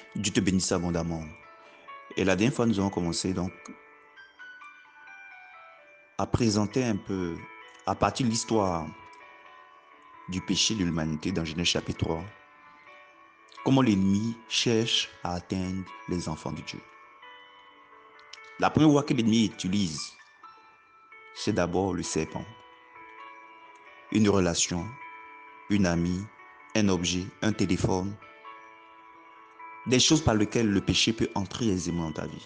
Dieu te bénisse abondamment. Et la dernière fois, nous avons commencé donc à présenter un peu, à partir de l'histoire du péché de l'humanité dans Genèse chapitre 3, comment l'ennemi cherche à atteindre les enfants de Dieu. La première voie que l'ennemi utilise, c'est d'abord le serpent. Une relation, une amie, un objet, un téléphone, des choses par lesquelles le péché peut entrer aisément dans ta vie.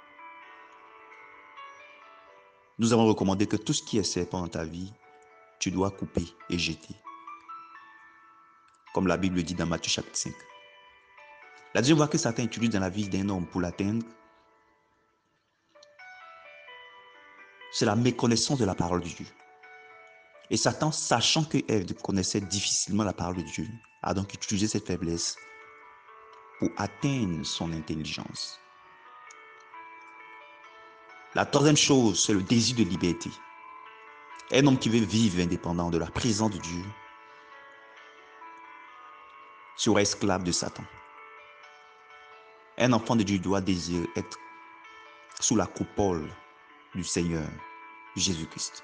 Nous avons recommandé que tout ce qui est serpent dans ta vie, tu dois couper et jeter. Comme la Bible dit dans Matthieu chapitre 5. La deuxième voie que Satan utilise dans la vie d'un homme pour l'atteindre, c'est la méconnaissance de la parole de Dieu. Et Satan, sachant que Ève connaissait difficilement la parole de Dieu, a donc utilisé cette faiblesse pour atteindre son intelligence. La troisième chose, c'est le désir de liberté. Un homme qui veut vivre indépendant de la présence de Dieu sera esclave de Satan. Un enfant de Dieu doit désirer être sous la coupole du Seigneur Jésus-Christ.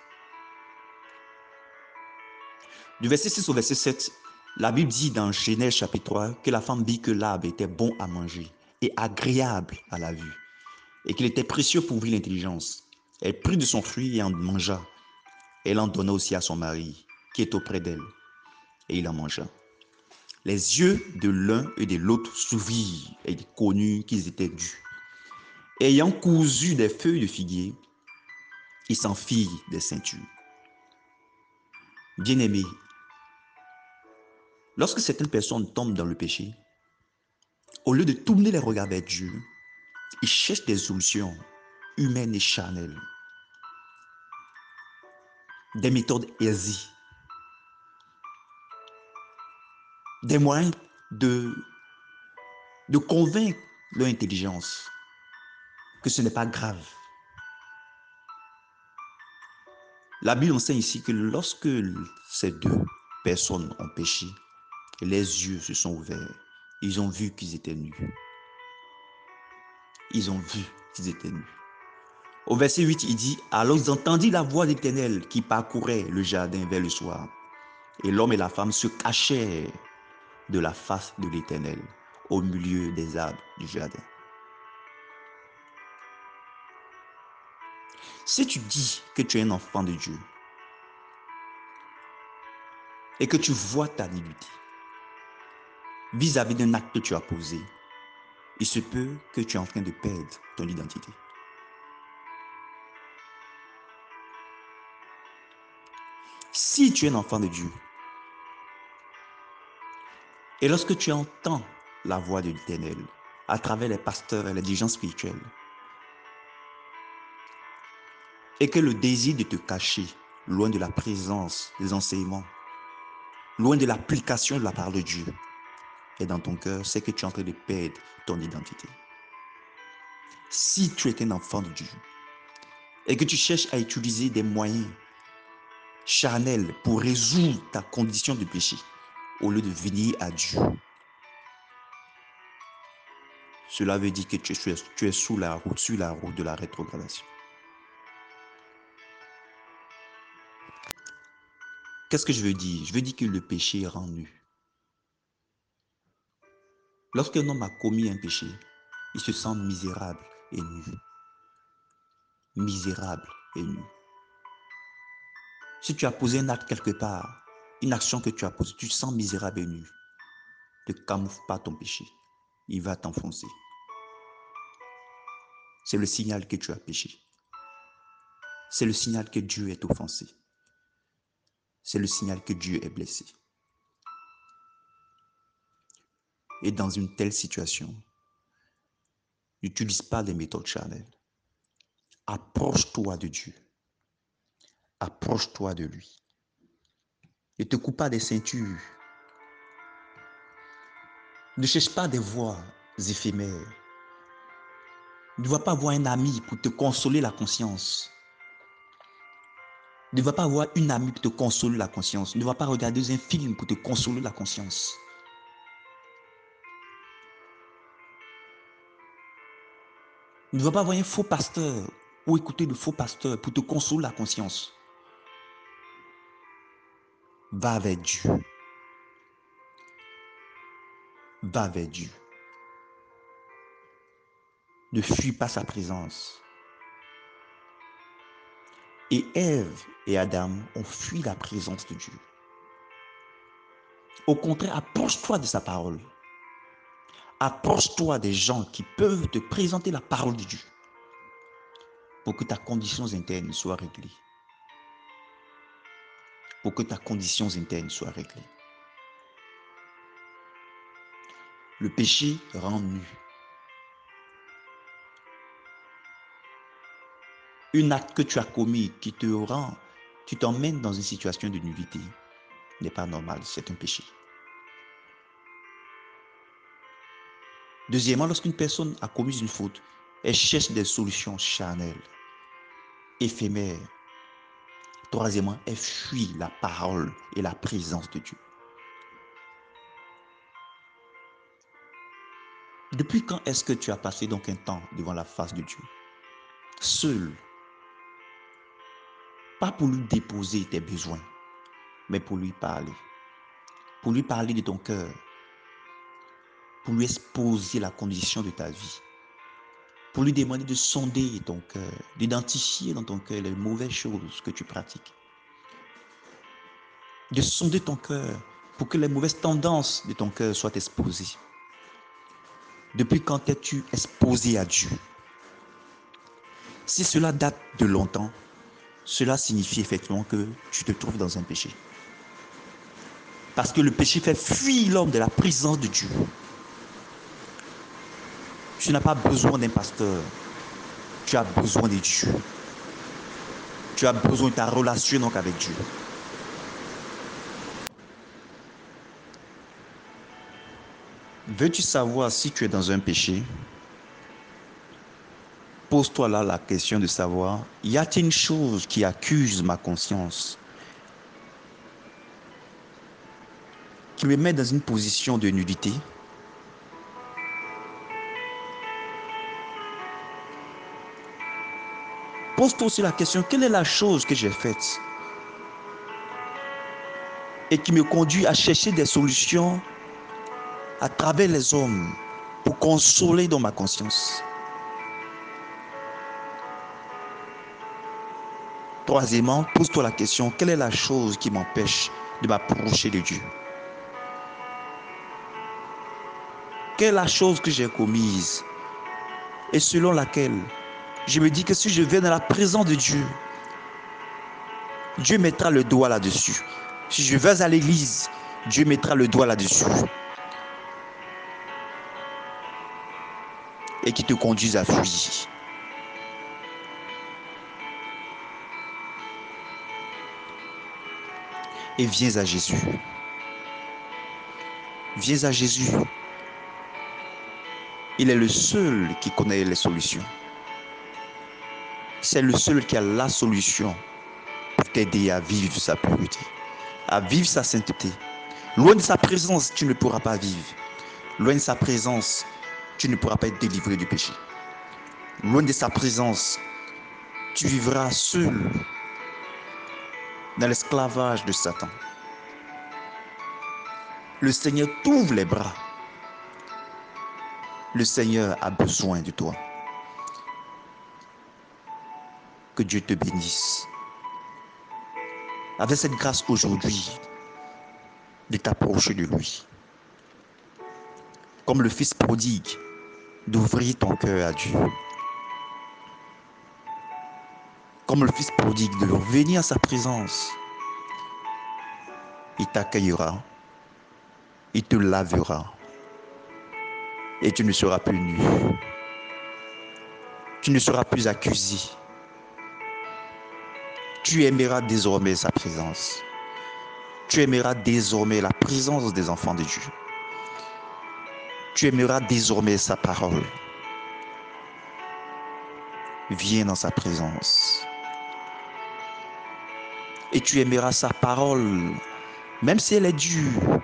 Du verset 6 au verset 7, la Bible dit dans Genèse chapitre 3 que la femme vit que l'arbre était bon à manger et agréable à la vue et qu'il était précieux pour ouvrir l'intelligence. Elle prit de son fruit et en mangea. Elle en donna aussi à son mari qui est auprès d'elle et il en mangea. Les yeux de l'un et de l'autre s'ouvrirent et ils connurent qu'ils étaient nus. Ayant cousu des feuilles de figuier, ils s'en firent des ceintures. Bien-aimés, lorsque certaines personnes tombent dans le péché, au lieu de tourner les regards vers Dieu, ils cherchent des solutions humaines et charnelles, des méthodes aisées, des moyens de convaincre leur intelligence que ce n'est pas grave. La Bible enseigne ici que lorsque ces deux personnes ont péché, les yeux se sont ouverts. Ils ont vu qu'ils étaient nus. Ils ont vu qu'ils étaient nus. Au verset 8, il dit, alors ils entendirent la voix de l'Éternel qui parcourait le jardin vers le soir. Et l'homme et la femme se cachèrent de la face de l'Éternel au milieu des arbres du jardin. Si tu dis que tu es un enfant de Dieu et que tu vois ta liberté vis-à-vis d'un acte que tu as posé, il se peut que tu es en train de perdre ton identité. Si tu es un enfant de Dieu, et lorsque tu entends la voix de l'Éternel à travers les pasteurs et les dirigeants spirituels, et que le désir de te cacher loin de la présence des enseignements, loin de l'application de la parole de Dieu est dans ton cœur, c'est que tu es en train de perdre ton identité. Si tu es un enfant de Dieu et que tu cherches à utiliser des moyens charnels pour résoudre ta condition de péché, au lieu de venir à Dieu, cela veut dire que tu es sur la route de la rétrogradation. Qu'est-ce que je veux dire? Je veux dire que le péché rend nu. Lorsqu'un homme a commis un péché, il se sent misérable et nu. Misérable et nu. Si tu as posé un acte quelque part, une action que tu as posée, tu te sens misérable et nu. Ne camoufle pas ton péché. Il va t'enfoncer. C'est le signal que tu as péché. C'est le signal que Dieu est offensé. C'est le signal que Dieu est blessé. Et dans une telle situation, n'utilise pas des méthodes charnelles. Approche-toi de Dieu. Approche-toi de lui. Ne te coupe pas des ceintures. Ne cherche pas des voies éphémères. Ne va pas voir un ami pour te consoler la conscience. Ne va pas avoir une amie pour te consoler la conscience. Ne va pas regarder un film pour te consoler la conscience. Ne va pas voir un faux pasteur ou écouter de faux pasteurs pour te consoler la conscience. Va vers Dieu. Va vers Dieu. Ne fuis pas sa présence. Et Ève et Adam ont fui la présence de Dieu. Au contraire, approche-toi de sa parole. Approche-toi des gens qui peuvent te présenter la parole de Dieu pour que ta condition interne soit réglée. Pour que ta condition interne soit réglée. Le péché rend nu. Un acte que tu as commis qui te rend, tu t'emmènes dans une situation de nudité, n'est pas normal, c'est un péché. Deuxièmement, lorsqu'une personne a commis une faute, elle cherche des solutions charnelles, éphémères. Troisièmement, elle fuit la parole et la présence de Dieu. Depuis quand est-ce que tu as passé donc un temps devant la face de Dieu? Seul. Pas pour lui déposer tes besoins, mais pour lui parler. Pour lui parler de ton cœur. Pour lui exposer la condition de ta vie. Pour lui demander de sonder ton cœur, d'identifier dans ton cœur les mauvaises choses que tu pratiques. De sonder ton cœur pour que les mauvaises tendances de ton cœur soient exposées. Depuis quand es-tu exposé à Dieu? Si cela date de longtemps, cela signifie effectivement que tu te trouves dans un péché. Parce que le péché fait fuir l'homme de la présence de Dieu. Tu n'as pas besoin d'un pasteur. Tu as besoin de Dieu. Tu as besoin de ta relation donc avec Dieu. Veux-tu savoir si tu es dans un péché? Pose-toi là la question de savoir, y a-t-il une chose qui accuse ma conscience? Qui me met dans une position de nudité? Pose-toi aussi la question, quelle est la chose que j'ai faite et qui me conduit à chercher des solutions à travers les hommes pour consoler dans ma conscience? Troisièmement, pose-toi la question, quelle est la chose qui m'empêche de m'approcher de Dieu? Quelle est la chose que j'ai commise et selon laquelle je me dis que si je vais dans la présence de Dieu, Dieu mettra le doigt là-dessus. Si je vais à l'église, Dieu mettra le doigt là-dessus. Et qui te conduise à fuir. Et viens à Jésus. Viens à Jésus. Il est le seul qui connaît les solutions. C'est le seul qui a la solution pour t'aider à vivre sa pureté, à vivre sa sainteté. Loin de sa présence, tu ne pourras pas vivre. Loin de sa présence, tu ne pourras pas être délivré du péché. Loin de sa présence, tu vivras seul dans l'esclavage de Satan. Le Seigneur t'ouvre les bras. Le Seigneur a besoin de toi. Que Dieu te bénisse. Avec cette grâce aujourd'hui, de t'approcher de lui. Comme le Fils prodigue, d'ouvrir ton cœur à Dieu. Comme le Fils prodigue, de venir à sa présence. Il t'accueillera. Il te lavera. Et tu ne seras plus nu. Tu ne seras plus accusé. Tu aimeras désormais sa présence. Tu aimeras désormais la présence des enfants de Dieu. Tu aimeras désormais sa parole. Viens dans sa présence. Et tu aimeras sa parole, même si elle est dure.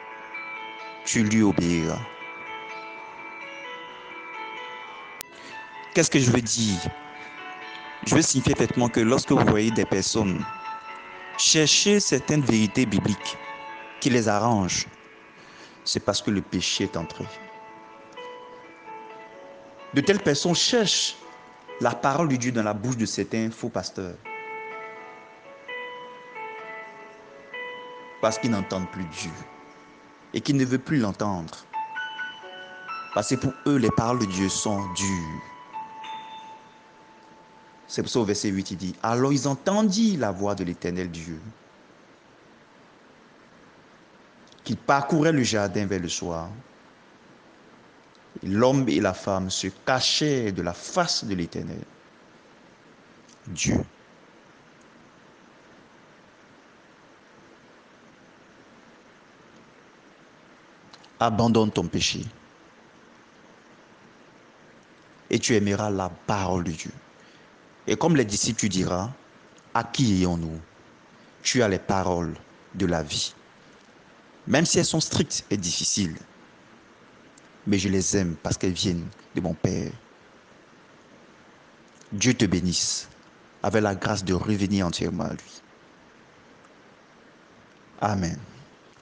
Tu lui obéiras. Qu'est-ce que je veux dire? Je veux signifier effectivement que lorsque vous voyez des personnes chercher certaines vérités bibliques qui les arrangent, c'est parce que le péché est entré. De telles personnes cherchent la parole de Dieu dans la bouche de certains faux pasteurs parce qu'ils n'entendent plus Dieu et qu'ils ne veulent plus l'entendre. Parce que pour eux, les paroles de Dieu sont dures. C'est pour ça au verset 8, il dit, « Alors ils entendirent la voix de l'Éternel Dieu, qu'il parcourait le jardin vers le soir. Et l'homme et la femme se cachaient de la face de l'Éternel, Dieu. » Abandonne ton péché et tu aimeras la parole de Dieu. Et comme les disciples, tu diras, à qui ayons-nous? Tu as les paroles de la vie. Même si elles sont strictes et difficiles, mais je les aime parce qu'elles viennent de mon Père. Dieu te bénisse avec la grâce de revenir entièrement à lui. Amen.